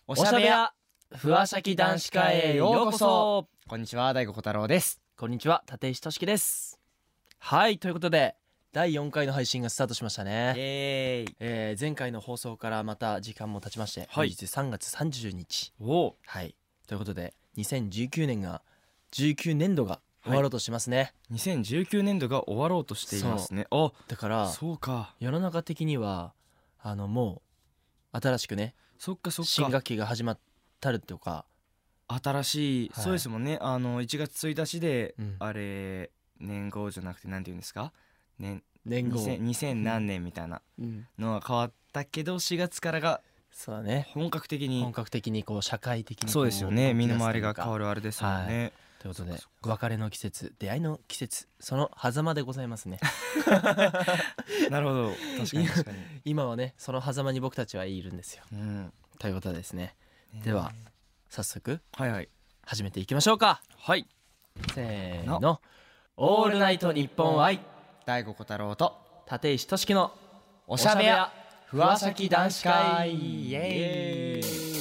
おしゃべやふわしゃき男子会へようこそ。 こんにちは、大悟小太郎です。 こんにちは、立石俊樹です。はい、ということで第4回の配信がスタートしましたね。前回の放送からまた時間も経ちまして、本日3月30日。はい、ということで2019年が19年度が終わろうとしますね。 2019年度が終わろうとしていますね。 だからそうか、 世の中的にはもう新しくね、 そっか新学期が始まったるとか、 新しい、 はいそうですもんね。1月1日で、 うんあれ年号じゃなくてなんて言うんですか、 年号、 2000何年みたいなうんのが変わったけど、4月からがそうだね、 本格的に、 本格的にこう社会的にこうそうですよね、身の回りが動き出すというか変わるあれですもんね。 ということでそっかそっか別れの季節、出会いの季節、その狭間でございますね。 なるほど、確かに確かに。 今はね、その狭間に僕たちはいるんですよ。ということでですね、では早速はいはい始めていきましょうか。 はいせーの、オールナイトニッポン愛、 大悟小太郎と立石俊樹のおしゃべやふわしゃき男子会、 イエーイ。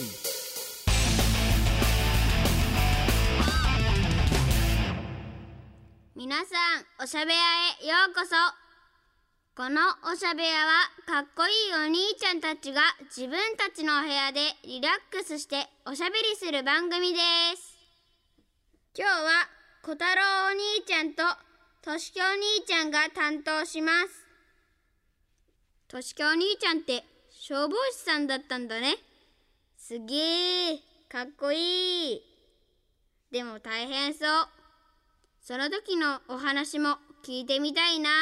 皆さん、おしゃべやへようこそ。このおしゃべやはかっこいいお兄ちゃんたちが自分たちのお部屋でリラックスしておしゃべりする番組です。今日は小太郎お兄ちゃんととしきお兄ちゃんが担当します。としきお兄ちゃんって消防士さんだったんだね。すげー、かっこいい。でも大変そう。その時のお話も聞いてみたいな。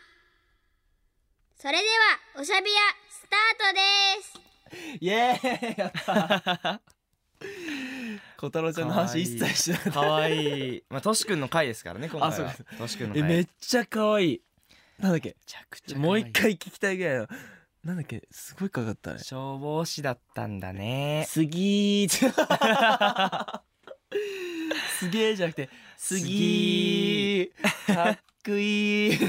それではおしゃべやスタートです。 イエーイ、やった小太郎ちゃんの話一切しなかった。 かわいい。まあとしくんの回ですからね、今回は。 そうですとしくんの回。 めっちゃ可愛い。なんだっけ、 めちゃくちゃもう一回聞きたいぐらいの、なんだっけ、すごいかかったね。 消防士だったんだね。 すぎーすげーじゃなくてすぎー、かっこいい。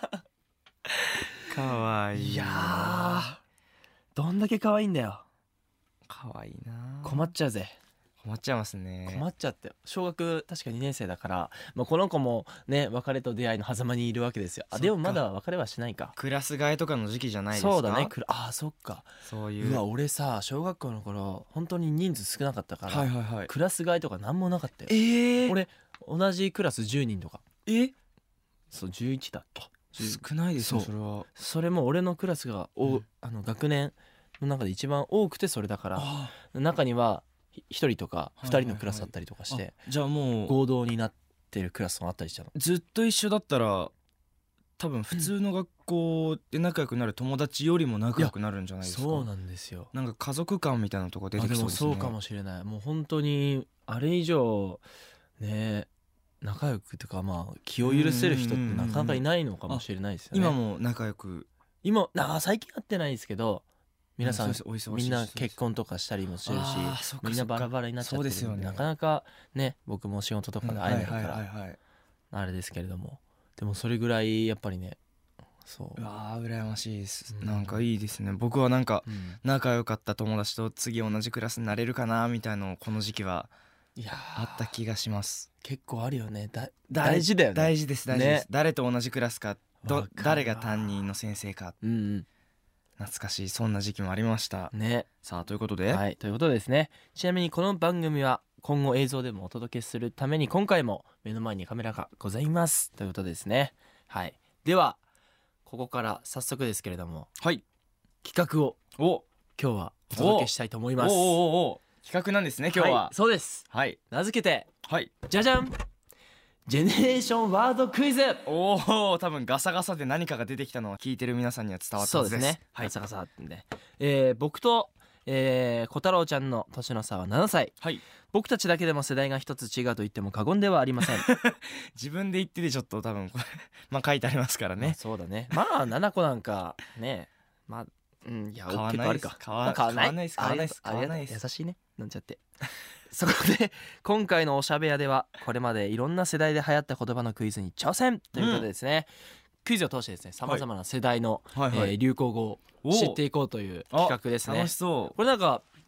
かわいい。 いやー、どんだけ可愛いんだよ。 かわいいな。 困っちゃうぜ。 困っちゃいますね。 困っちゃって小学確か2年生だから、まあ、この子もね別れと出会いの狭間にいるわけですよ。でもまだ別れはしないか。 クラス替えとかの時期じゃないですか。 そうだね、そっか。 そういう。 うわ、俺さ小学校の頃本当に人数少なかったから、 はいはいはい。 クラス替えとかなんもなかったよ。 俺俺同じクラス10人とか。そう11だっけ。 少ないですね。 そうそれは。 それも俺のクラスが学年の中で一番多くてそれだから、中には1人とか2人のクラスあったりとかして、 じゃあもう合同になってるクラスもあったりしたの。 ずっと一緒だったら多分普通の学校で仲良くなる友達よりも仲良くなるんじゃないですか。 そうなんですよ。 なんか家族感みたいなとこ出てきそうですね。 でもそうかもしれない。もう本当にあれ以上ね仲良くとか、まあ気を許せる人ってなかなかいないのかもしれないですよね。 今も仲良く。 最近会ってないですけど、皆さんそうです、 みんな結婚とかしたりもするし、 そっかみんなバラバラになっちゃってる。 そうですよね。 なかなかね、僕も仕事とかで会えないからはい。 あれですけれども、でもそれぐらいやっぱりね、そううわー羨ましいです、 うんなんかいいですね。僕はなんかうん仲良かった友達と次同じクラスになれるかなみたいなのをこの時期はいやーあった気がします。 結構あるよね。大事だよね。 大事です大事です、 ね誰と同じクラスか、 わかるわ誰が担任の先生か、 うん懐かしい、そんな時期もありました。 ね。 さあということで、 はい、ということでですね、ちなみにこの番組は今後映像でもお届けするために今回も目の前にカメラがございますということですね。はい、ではここから早速ですけれども、 はい企画を今日はお届けしたいと思います。 お企画なんですね今日は。 い、そうです。 はい名付けてはい。 じゃじゃん、ジェネレーションワードクイズ。 多分ガサガサで何かが出てきたのは聞いてる皆さんには伝わったはずです。 そうですね、 はいガサガサってね、僕と、小太郎ちゃんの年の差は7歳。 はい。 僕たちだけでも世代が一つ違うと言っても過言ではありません。 自分で言っててちょっと多分これまあ書いてありますからまあね。 そうだね。まあ7個なんかね、まあいや買わないです結構あるか。 買わまあ買わない買わないです買わないですありがとう買わないです優しいね、なんちゃって。そこで今回のおしゃべやではこれまでいろんな世代で流行った言葉のクイズに挑戦ということでですね、クイズを通してですね、さまざまな世代の、 はいはい流行語を知っていこうという企画ですね。 楽しそこれなんか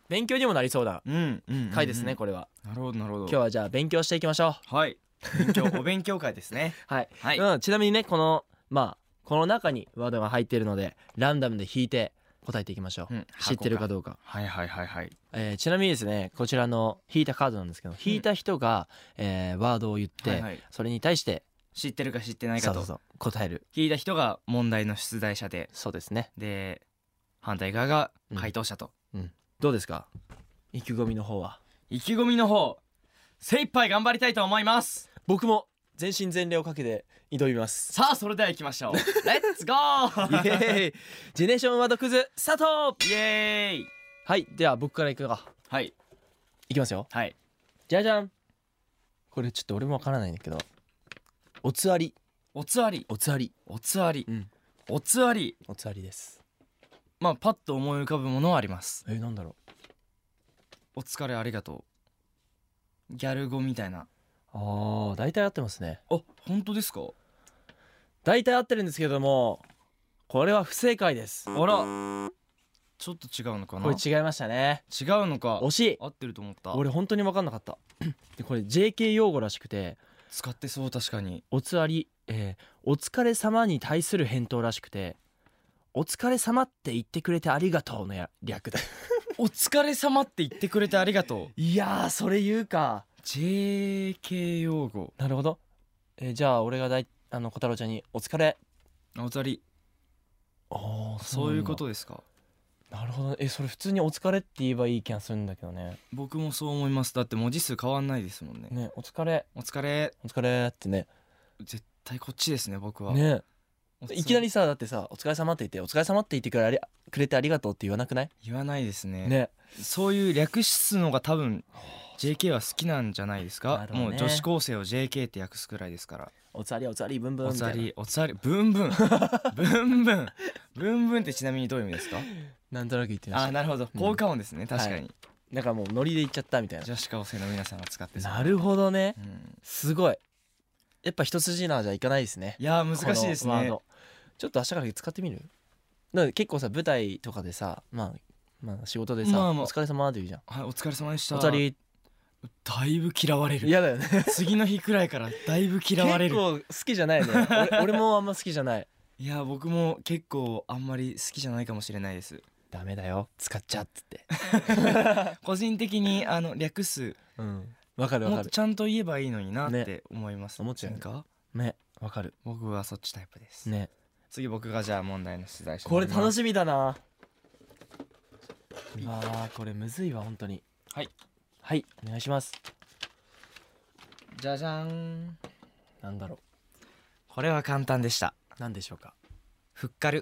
勉強にもなりそうな回ですね、これは。 なるほどなるほど。 今日はじゃあ勉強していきましょう。 はい、お勉強会ですね。 はい、 はい、 ちなみにねこの中にワードが入っているのでランダムで引いて答えていきましょう、知ってるかどうか。 はいはいはいはい。 ちなみにですねこちらの引いたカードなんですけど、引いた人が、ワードを言って、 はいはい、 それに対して知ってるか知ってないかとそう答える。 聞いた人が問題の出題者で、 そうですね。 で反対側が回答者と、 どうですか意気込みの方は。 意気込みの方、精一杯頑張りたいと思います。 僕も全身全霊をかけて挑みます。 さあそれでは行きましょう。レッツゴー。 イエーイジェネレーションワードクイズスタート。 イエーイ。 はい、では僕からいくか。 はい、 いきますよ。 はい、 じゃじゃん。これちょっと俺もわからないんだけど、おつわり。 おつわり、 おつわり、 おつわり、おつわり。 おつわりです。 まあパッと思い浮かぶものはあります。 なんだろお疲れありがとう、ギャル語みたいな。 大体合ってますね。 あ、本当ですか。 大体合ってるんですけども、これは不正解です。 あら、ちょっと違うのかな。 これ違いましたね。 違うのか。 惜しい。 合ってると思った。 俺本当に分かんなかったでこれ JK 用語らしくて、 使ってそう。確かに。 おつわり、お疲れ様に対する返答らしくて、お疲れ様って言ってくれてありがとうの略だお疲れ様って言ってくれてありがとう。 いやーそれ言うか。 JK 用語。 なるほど。じゃあ俺が小太郎ちゃんにお疲れ。 おつわり。そういうことですか。 なるほど。それ普通にお疲れって言えばいい気がするんだけどね。 僕もそう思います。だって文字数変わんないですもんね。 ね、お疲れお疲れ。 お疲れってね。 絶対こっちですね、僕は。 ね、いきなりさ、だってさお疲れ様って言って、お疲れ様って言ってくれてありがとうって言わなくない？ 言わないですね。 ね、 そういう略すのが多分 JK は好きなんじゃないですか。 なるほどね。 もう女子高生を JK って訳すくらいですから。 おつわりおつわりブンブンおみたいな。 つわりおつわりブンブンブンブンブンブンってちなみにどういう意味ですか。 なんとなく言ってました。 なるほど、効果音ですね、確かに、 はい、なんかもうノリで言っちゃったみたいな。 女子高生の皆さんが使ってそう。 なるほどね、 うん、 すごい。やっぱ一筋縄じゃいかないですね。 いや難しいですね。 ちょっと明日から使ってみる。だから結構さ舞台とかでさ、まあ仕事でさ、お疲れ様って言うじゃん。 はい、お疲れ様でした。 おつわり。 だいぶ嫌われる。 嫌だよね次の日くらいからだいぶ嫌われる。 結構好きじゃないね俺もあんま好きじゃない。 いや僕も結構あんまり好きじゃないかもしれないです。 ダメだよ使っちゃっつって個人的に略す、 わかるわかる。 もっとちゃんと言えばいいのになって思います。 思っちゃうかね。わかる。 僕はそっちタイプですね。 次僕がじゃあ問題の出題者。 これ楽しみだな。これむずいわ本当に。 はいお願いします。 じゃじゃん。 なんだろう。 これは簡単でした。 なんでしょうか。 ふっかる。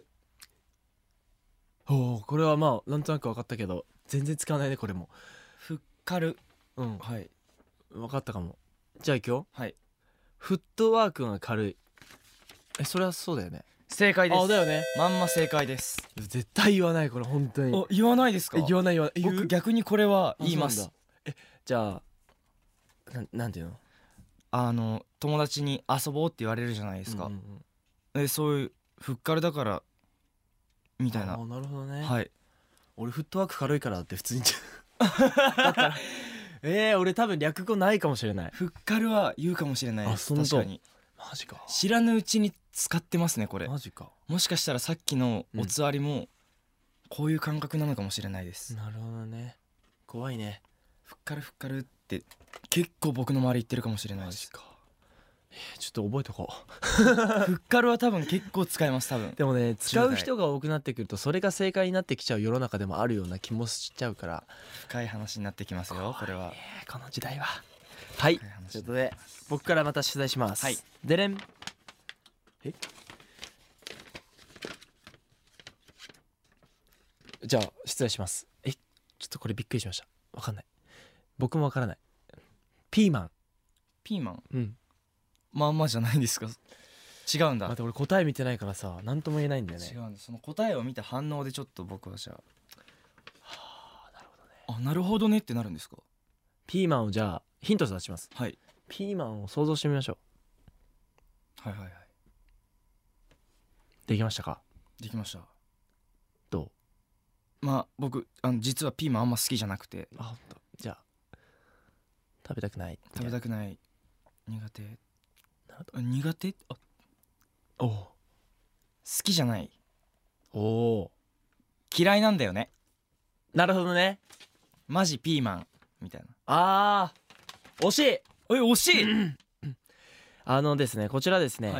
これはなんとなく分かったけど全然使わないねこれも。 ふっかる。 はい、分かったかも。じゃあいくよ。 はい。 フットワークが軽い。それはそうだよね。 正解です。 だよね。 まんま正解です。 絶対言わないこれ本当に。 言わないですか。 言わない僕逆にこれは言います。 じゃあなんていうの、友達に遊ぼうって言われるじゃないですか、そういうふっかるだからみたいな。 なるほどね。 はい。 俺フットワーク軽いからって普通にだったら俺多分略語ないかもしれない。 ふっかるは言うかもしれないです。確かに。 マジか。 知らぬうちに使ってますねこれ。 マジか。 もしかしたらさっきのおつわりもこういう感覚なのかもしれないです。 なるほどね。怖いね。 ふっかるふっかるって結構僕の周り言ってるかもしれないです。 マジか。ちょっと覚えとこうふっかるは多分結構使います多分。 でもね使う人が多くなってくるとそれが正解になってきちゃう世の中でもあるような気もしちゃうから、 深い話になってきますよこれは。 この時代は。はいということで僕からまた出題します。 はい。 でれん。じゃあ出題します。ちょっとこれびっくりしました。わかんない。僕もわからない。ピーマン。 ピーマン。まあまあじゃないんですか。違うんだ。 待って俺答え見てないからさ何とも言えないんだよね。 違うんだ。その答えを見た反応でちょっと僕はじゃあなるほどね。 なるほどねってなるんですか。 ピーマンをじゃあヒント出します。 はい。 ピーマンを想像してみましょはいはいはい。 う。できましたか。 できました。 どまあ僕実はピーマンあんま好きじゃなくて。 あ、ほんと。じゃあ食べたくない。 食べたくない。苦手。 なるほど。 苦手。 おお。 好きじゃない。 おお。 嫌いなんだよね。 なるほどね。 マジピーマンみたいな。 あー、惜しい。 惜しいですね、こちらですね、 はい、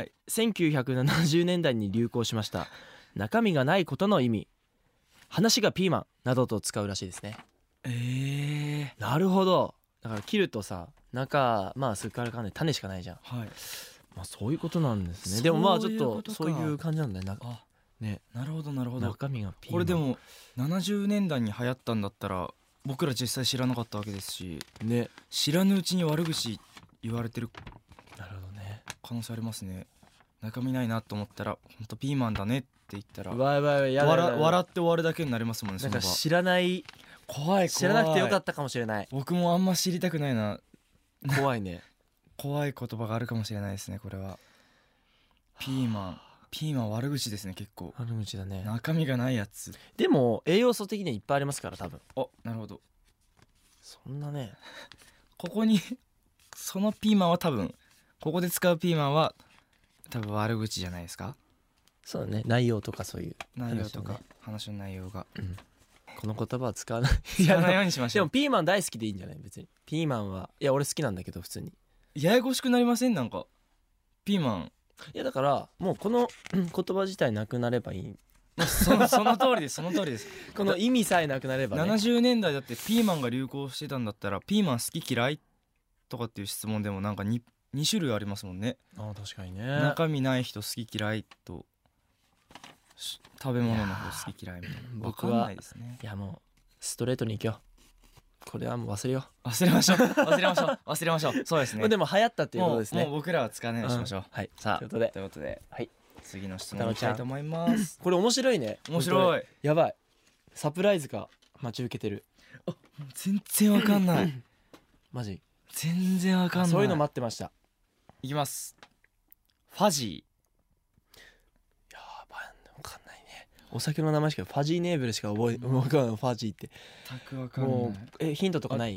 1970年代に流行しました中身がないことの意味、話がピーマンなどと使うらしいですね。なるほど。だから切るとさ、中まあすっからかんで種しかないじゃん。 はい。 まあそういうことなんですね。でもまあちょっとそういう感じなんだよね。 なるほどなるほど。 中身がピーマン。 これでも70年代に流行ったんだったら僕ら実際知らなかったわけですしね、 知らぬうちに悪口言われてるなるほどね。 可能性ありますね。中身ないなと思ったらほんとピーマンだねって言ったら笑って終わるだけになりますもんね。 なんか知らない、 怖い。 知らなくてよかったかもしれない。 僕もあんま知りたくないな。 怖いね。 怖い言葉があるかもしれないですね。これはピーマン悪口ですね。結構悪口だね。 中身がないやつ。 でも栄養素的にはいっぱいありますから多分。 なるほど。 そんなね、 ここにそのピーマンは多分ここで使うピーマンは多分悪口じゃないですか。 そうだね、内容とかそういう内容とか話の内容が、 この言葉は使わない使わないようにしましょう。 でもピーマン大好きでいいんじゃない？別にピーマンはいや俺好きなんだけど普通に。 ややこしくなりません？なんかピーマン。 いやだからもうこの言葉自体なくなればいい。 その通りです。その通りです。 この意味さえなくなればね。 70年代だってピーマンが流行してたんだったらピーマン好き嫌いとかっていう質問でもなんか 2種類ありますもんね。 確かにね。 中身ない人好き嫌いと食べ物の方好き嫌いみたいな。 僕は分かんないですね。 いやもうストレートにいけよ。これはもう忘れよう。忘れましょう。そうですね。 でも流行ったっていうことですね。 もう僕らは使わないようにしましょう。 はい。 さあということで、 はい、 次の質問いきたいと思います。 これ面白いね。 面白い。 やばい。サプライズが待ち受けてる。 全然わかんない。 マジ全然わかんない。 そういうの待ってました。 いきます。ファジー。 やばい、わかんないね。お酒の名前しかファジーネーブルしか覚えわかんない。ファジーって全くわかんない。 ヒントとかない？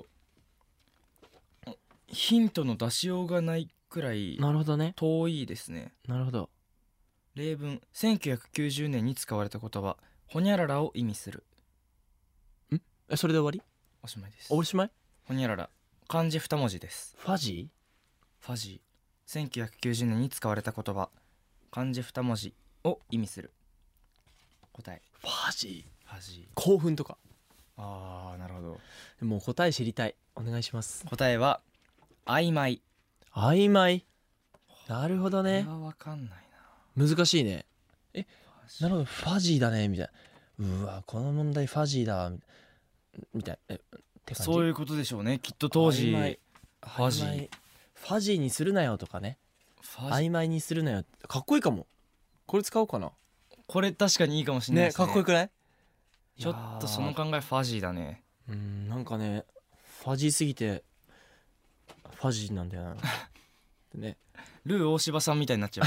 ヒントの出しようがないくらいなるほどね。 遠いですね。 なるほど。 例文、1990年に使われた言葉ホニャララを意味する。 それで終わり？ おしまいです。 おしまい？ ホニャララ漢字2文字です。 ファジー1990年に使われた言葉漢字2文字を意味する。答えファジー。 興奮とか。 なるほど。 もう答え知りたい。お願いします。 答えは曖昧。 曖昧。なるほどね。 これはわかんないな。 難しいね。なるほど、ファジーだねみたいな。うわこの問題ファジーだみたいなって感じ。 そういうことでしょうね。きっと当時ファジーにするなよとかね。曖昧にするなよ。かっこいいかも。これ使おうかな。 これ確かにいいかもしれないですね。 かっこよくない？ ちょっとその考えファジーだね。 なんかねファジーすぎてファジーなんだよなね。 ルー大柴さんみたいになっちゃ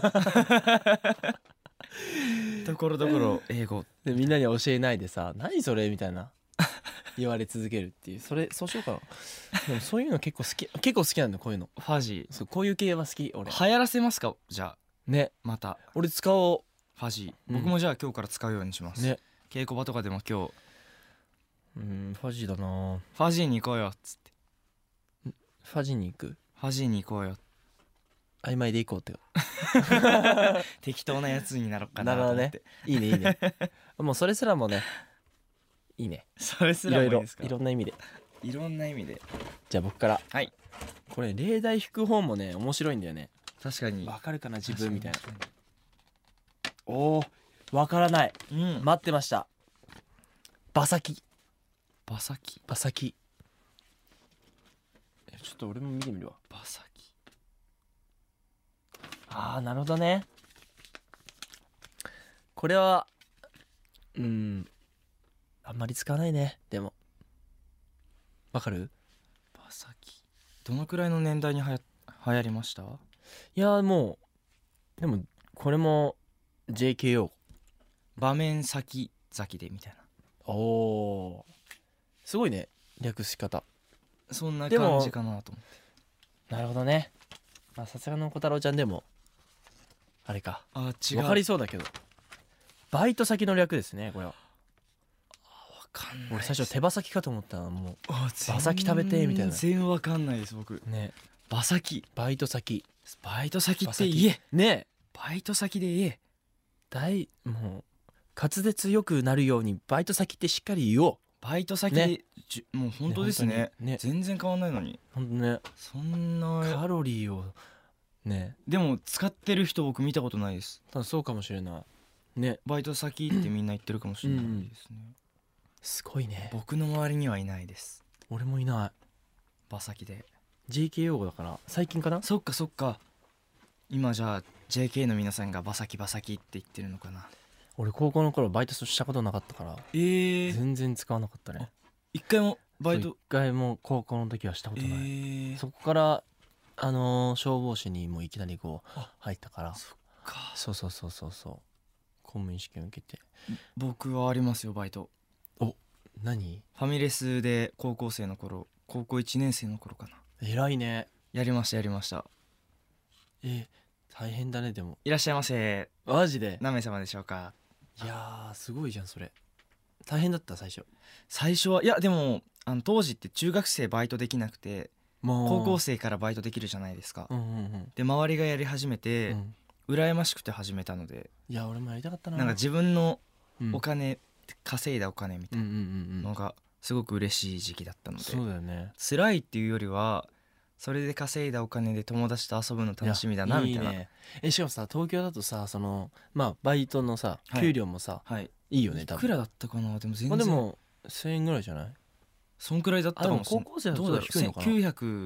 う。ところどころ英語でみんなに教えないでさ何それみたいな言われ続けるっていう。そうしようかな。でもそういうの結構好きなんだよこういうの。 ファジそうこういう系は好き俺。 ー流行らせますか？じゃあね。 また俺使おう。 ファジー、僕もじゃあ今日から使うようにしますね。稽古場とかでも今日ファジーだな。 ファジーに行こうよっつって。 ファジーに行く？ ファジーに行こうよ。 曖昧で行こうって適当なやつになろうかなと思って。 なるほどね。いいねもうそれすらもねいいね。 それすらもいいですか？ いろんな意味で。 じゃあ僕から。 はい。 これ例題引く方もね面白いんだよね。 確かに。 わかるかな自分みたいな。わからない。待ってました。馬先。ちょっと俺も見てみるわ。 馬先。 なるほどね。これはあんまり使わないね。でもわかる？ 馬先どのくらいの年代に流行りました？ いやもうでもこれも JKO。 場面先咲きでみたいおおすごいね略し方。 な、そんなでも感じかなと思って。 なるほどね。まあさすがの小太郎ちゃんでもあれかあ違う、 分かりそうだけどバイト先の略ですねこれは。 わかんない。 俺最初手羽先かと思ったらも馬先食べてみたいな全然わかんないです僕。 うね馬先、 バイト先バイト先っ馬先て言え、 ねバイト先で言え。 もう滑舌よくなるようにバイト先ってしっかり言おう。 バイト先で、 ねもう本当ですねね本当にね全然変わんないのに。 ほんとねそんなカロリーをねでも使ってる人僕見たことないです。 多分そうかもしれないね。 バイト先ってみんな言ってるかもしれないですね、 すごいね。 僕の周りにはいないです。 俺もいな馬先で。 い JK 用語だから最近かな。 そっかそっか、今じゃあ JK の皆さんが馬先って言ってるのかな。 俺高校の頃バイトしたことなかったから全然使わなかったね。 一回もバイトそう一回も高校の時はしたことない、 ー、 そこから消防士にもいきなりこう入ったからそっか。 そう公務員試験受けて。 僕はありますよバイト。 何ファミレスで高校生の頃、高校1年生の頃かな、 偉いね。 やりました。 大変だねでも。 いらっしゃいませ、 マジで。 何名様でしょうか。 いやーすごいじゃんそれ。大変だった最初。 最初はいやでも当時って中学生バイトできなくてもう高校生からバイトできるじゃないですか、 うんで周りがやり始めうて、 ん羨ましくて始めたので、 いや俺もやりたかったな。 なんか自分のうんお金、稼いだお金みたいうんうんうんうんなのがすごく嬉しい時期だったので、 そうだよね。 辛いっていうよりはそれで稼いだお金で友達と遊ぶの楽しみだなみたいな。 いいね。しかもさ東京だとさまあバイトのさはい給料もさ、 はい、 いいよね多分。 いくらだったかな。でも全然、 まあでも1000円ぐらいじゃない。 そんくらいだったかもしれない。 あでも高校生だとどうだろう、 低いのかな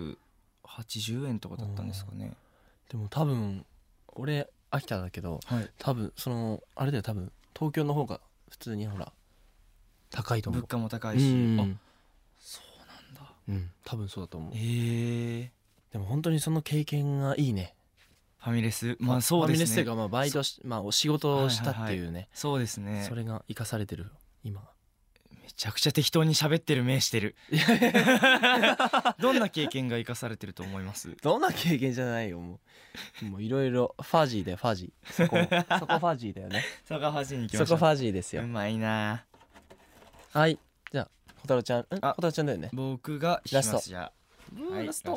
980円とかだったんですかね。 でも多分俺秋田だけどはい、 多分あれだよ多分東京の方が普通にほら高いと思う。 物価も高ういし、 んあそうなんだ。 多分そうだと思う。 ででも本当にその経験がいいね。 ファミレス、まあそうですね、 ファミレスというかまあバイトまあお仕事をしたっていうね、 そうですね。 それが生かされてる今。 めちゃくちゃ適当に喋ってる目してるどんな経験が生かされてると思います？ どんな経験じゃないよもういろいろファジーだよファジーそこファジーだよね。 そこ端に行きましょう。 そこファジーですよ。 うまいな。 はいじゃあ小太郎ちゃん小あ太郎ちゃんだよね。 僕が引きます。 ラストじゃあはい、 ラスト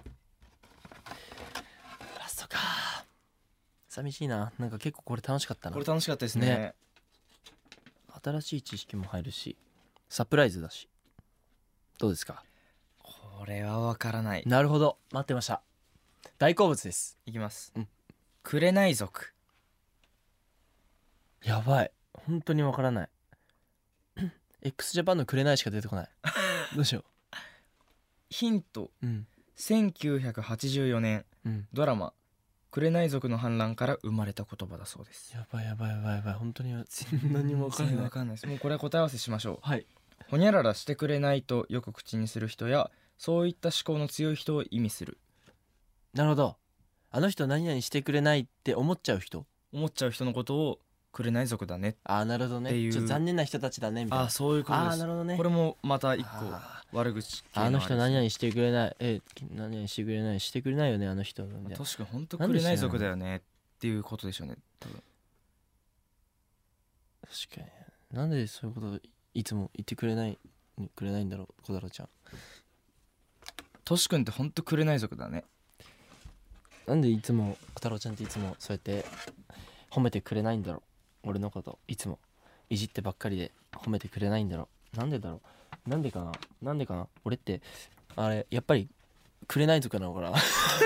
か。寂しいな。なんか結構これ楽しかったな。 これ楽しかったですね。 ね新しい知識も入るしサプライズだし。どうですか？ これはわからない。 なるほど待ってました。大好物です。 いきます、 うん、 紅族。 やばい本当にわからないx ジャパンの紅しか出てこないどうしよヒント、 う。 1984年ドラマ紅族の反乱から生まれた言葉だそうです。 やばい本当に何もわからない。 わかんないです。もうこれは答え合わせしましょう。 はいほにゃららしてくれないとよく口にする人やそういった思考の強い人を意味する。 なるほど。あの人何々してくれないって思っちゃう人。 思っちゃう人のことを紅族だね。 ああなるほどね。 っていうちょっと残念な人たちだねみたいな。 あ、そういうことです。 なるほどね。 これもまた一個あ悪口系あの人何 々 々してくれない何々してくれないよねあの人みたいな。 確かに本当なんで知らない紅族だよねっていうことでしょうね多分。 確かになんでそういうこといつも言ってくれないんだろう小太郎ちゃん。 トシ君って本当紅族だね。 なんでいつも小太郎ちゃんっていつもそうやって褒めてくれないんだろう。俺のこといつもいじってばっかりで褒めてくれないんだろう。なんでだろう。なんでかな俺ってあれやっぱり紅族なのかな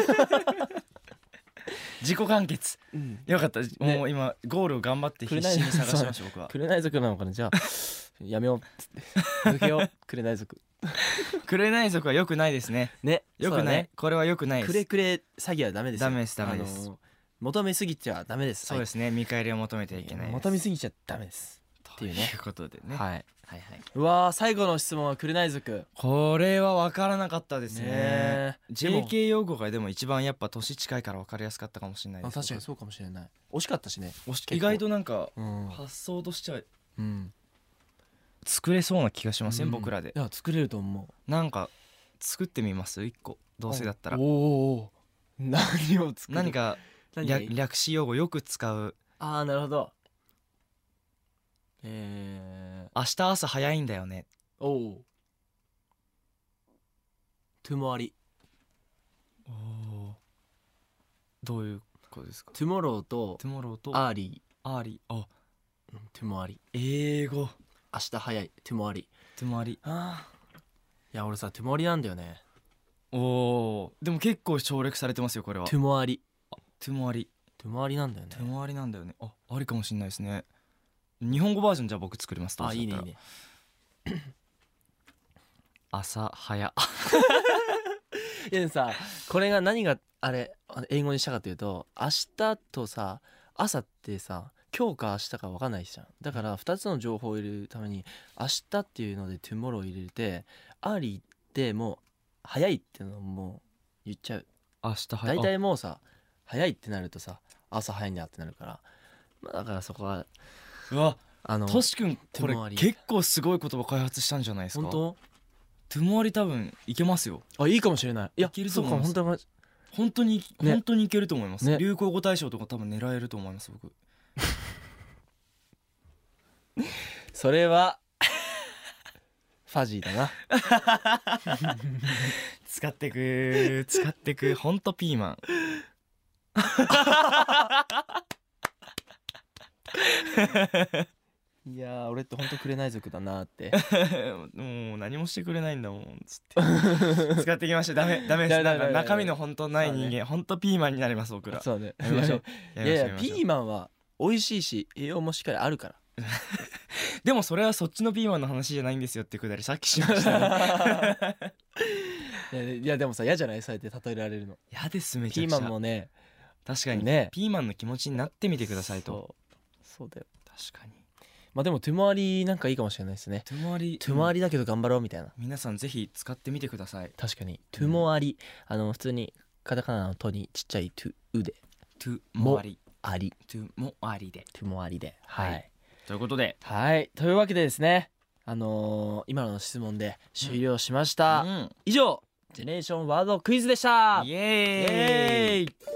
自己完結。 うんよかった、もう今ゴールを頑張って必死に探しました僕は。 紅族なのかな。じゃあやめようっつって抜けよう紅族紅族は良くないですね。 ね。 良くない、これは良くないです。 くれ詐欺はダメですよ。 ダメです求めすぎちゃダメです。 そうですね、見返りを求めてはいけないです。 求めすぎちゃダメですっていうね。 ということでね、 はいはいはい。 うわー最後の質問は紅族これは分からなかったですね。 ね。でも JK 用語がでも一番やっぱ年近いから分かりやすかったかもしれないです。 確かにそうかもしれない。惜しかったしね。 意外となんかうん、 発想としてはうん、 作れそうな気がしません、 うん僕らで。 いや作れると思なんか作ってみます1個、どうせだったら。 おお何を作る何か何略詞用語よく使う。 ああなるほど明日朝早いんだよね。 おおトゥモアリおお、どういうことですか？ トゥモローとトゥモローとアーリアーリー。あ、 ートゥモアリ英語。 明日早いトゥモアリトゥモアリ。 いや俺さトゥモアリなんだよねおお、でも結構省略されてますよこれは。 トゥモアリトゥモアリ。 トゥモアリなんだよねトゥモアリなんだよね。ありかもしれないですね。日本語バージョンじゃあ僕作ります。どうせだったらいいねいいね朝早。 いやさこれが何が英語にしたかというと明日とさ朝ってさ今日か明日か分かんないじゃん。だから2つの情報を入れるために明日っていうので tomorrow を入れてアーリーってもう早いっていうのをもう言っちゃう。 明日早い。 大体もうさ早いってなるとさ朝早いんだってなるから、だからそこはうわ、トシ君これトゥモアリ結構すごい言葉開発したんじゃないですか。 本当？ トゥモアリ多分いけますよ。 いいかもしれない。いやいけるとそう思います。 か本当に本当に、 ね本当にいけると思います、 ね流行語大賞とか多分狙えると思います僕。 それはファジーだな。 使ってくほんとピーマン。 いや俺って本当紅族だなってもう何もしてくれないんだもんつって使ってきました。ダメです。なんか中身の本当ない人間、本当ピーマンになります僕ら。 そうねやりましょう。 いやピーマンは美味しいし栄養もしっかりあるからでもそれはそっちのピーマンの話じゃないんですよってくだりさっきしましたね。 いやでもさ嫌じゃないそうやって例えられるの。 嫌ですめちピーゃくちゃ。 マンもね確かにねピーマンの気持ちになってみてくださいと。 そうだよ。 確かにまあでもトゥモアリなんかいいかもしれないですね。 トゥモアリ、 トゥモアリだけど頑張ろうみたいな。 皆さんぜひ使ってみてください。 確かにトゥモアリ普通にカタカナのトにちっちゃいトゥウでトゥモアリアリトゥモアリで。 トゥモアリではいということで、 はいというわけでですね今の質問で終了しました、以上ジェネレーションワードクイズでした。 イエーイ。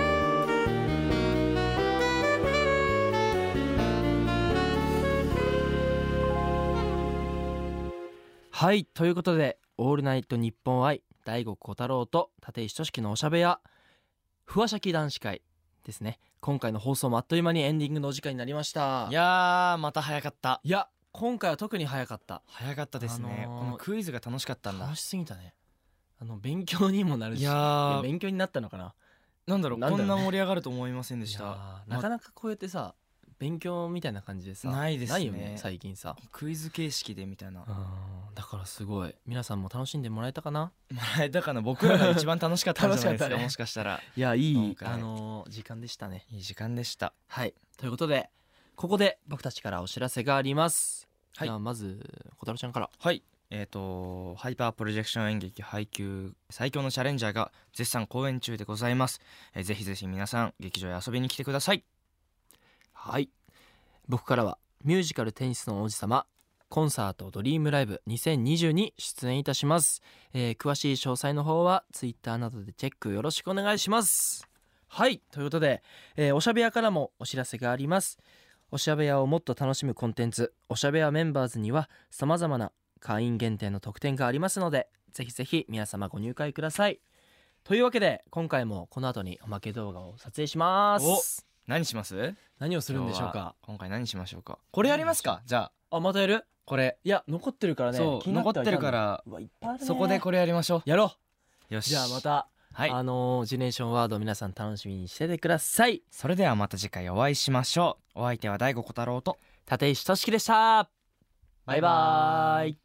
はいということでオールナイトニッポン愛大悟小太郎と立石俊樹のおしゃべやふわしゃき男子会ですね。今回の放送もあっという間にエンディングのお時間になりました。 いやーまた早かった。 いや今回は特に早かった。 早かったですね、このクイズが楽しかったんだ。 楽しすぎたね。勉強にもなるし、 いや勉強になったのかな。 なんだろう、 なんだろうねこんな盛り上がると思いませんでした。 なかなかこうやってさ勉強みたいな感じでさないですね。 ないよね最近さ。 クイズ形式でみたいな。 だからすごい皆さんも楽しんでもらえたかな。 もらえたかな。僕らが一番楽しかったんじゃないですか、 楽しかったねもしかしたら。 いやいい今回時間でしたね。 いい時間でした。 はいということでここで僕たちからお知らせがあります。 はい、 じゃあまず小太郎ちゃんから。 はい、ハイパープロジェクション演劇配給最強のチャレンジャーが絶賛公演中でございます。ぜひぜひ皆さん劇場へ遊びに来てください。 はい僕からはミュージカルテニスの王子様コンサートドリームライブ2020に出演いたします。詳しい詳細の方はツイッターなどでチェックよろしくお願いします。はいということで、おしゃべやからもお知らせがあります。おしゃべやをもっと楽しむコンテンツおしゃべやメンバーズには様々な会員限定の特典がありますのでぜひぜひ皆様ご入会ください。というわけで今回もこの後におまけ動画を撮影します。 何します？ 何をするんでしょうか。 今回何しましょうか。これやりますか。じゃあまたやる。 これいや残ってるからね。 そう残ってるからうわいっぱいあるね。 そこでこれやりましょう。 やろう。よしじゃあまた、 はい、 ジェネレーションワード皆さん楽しみにしててください。 それではまた次回お会いしましょう。お相手は大悟小太郎と立石俊樹でした。バイバーイ。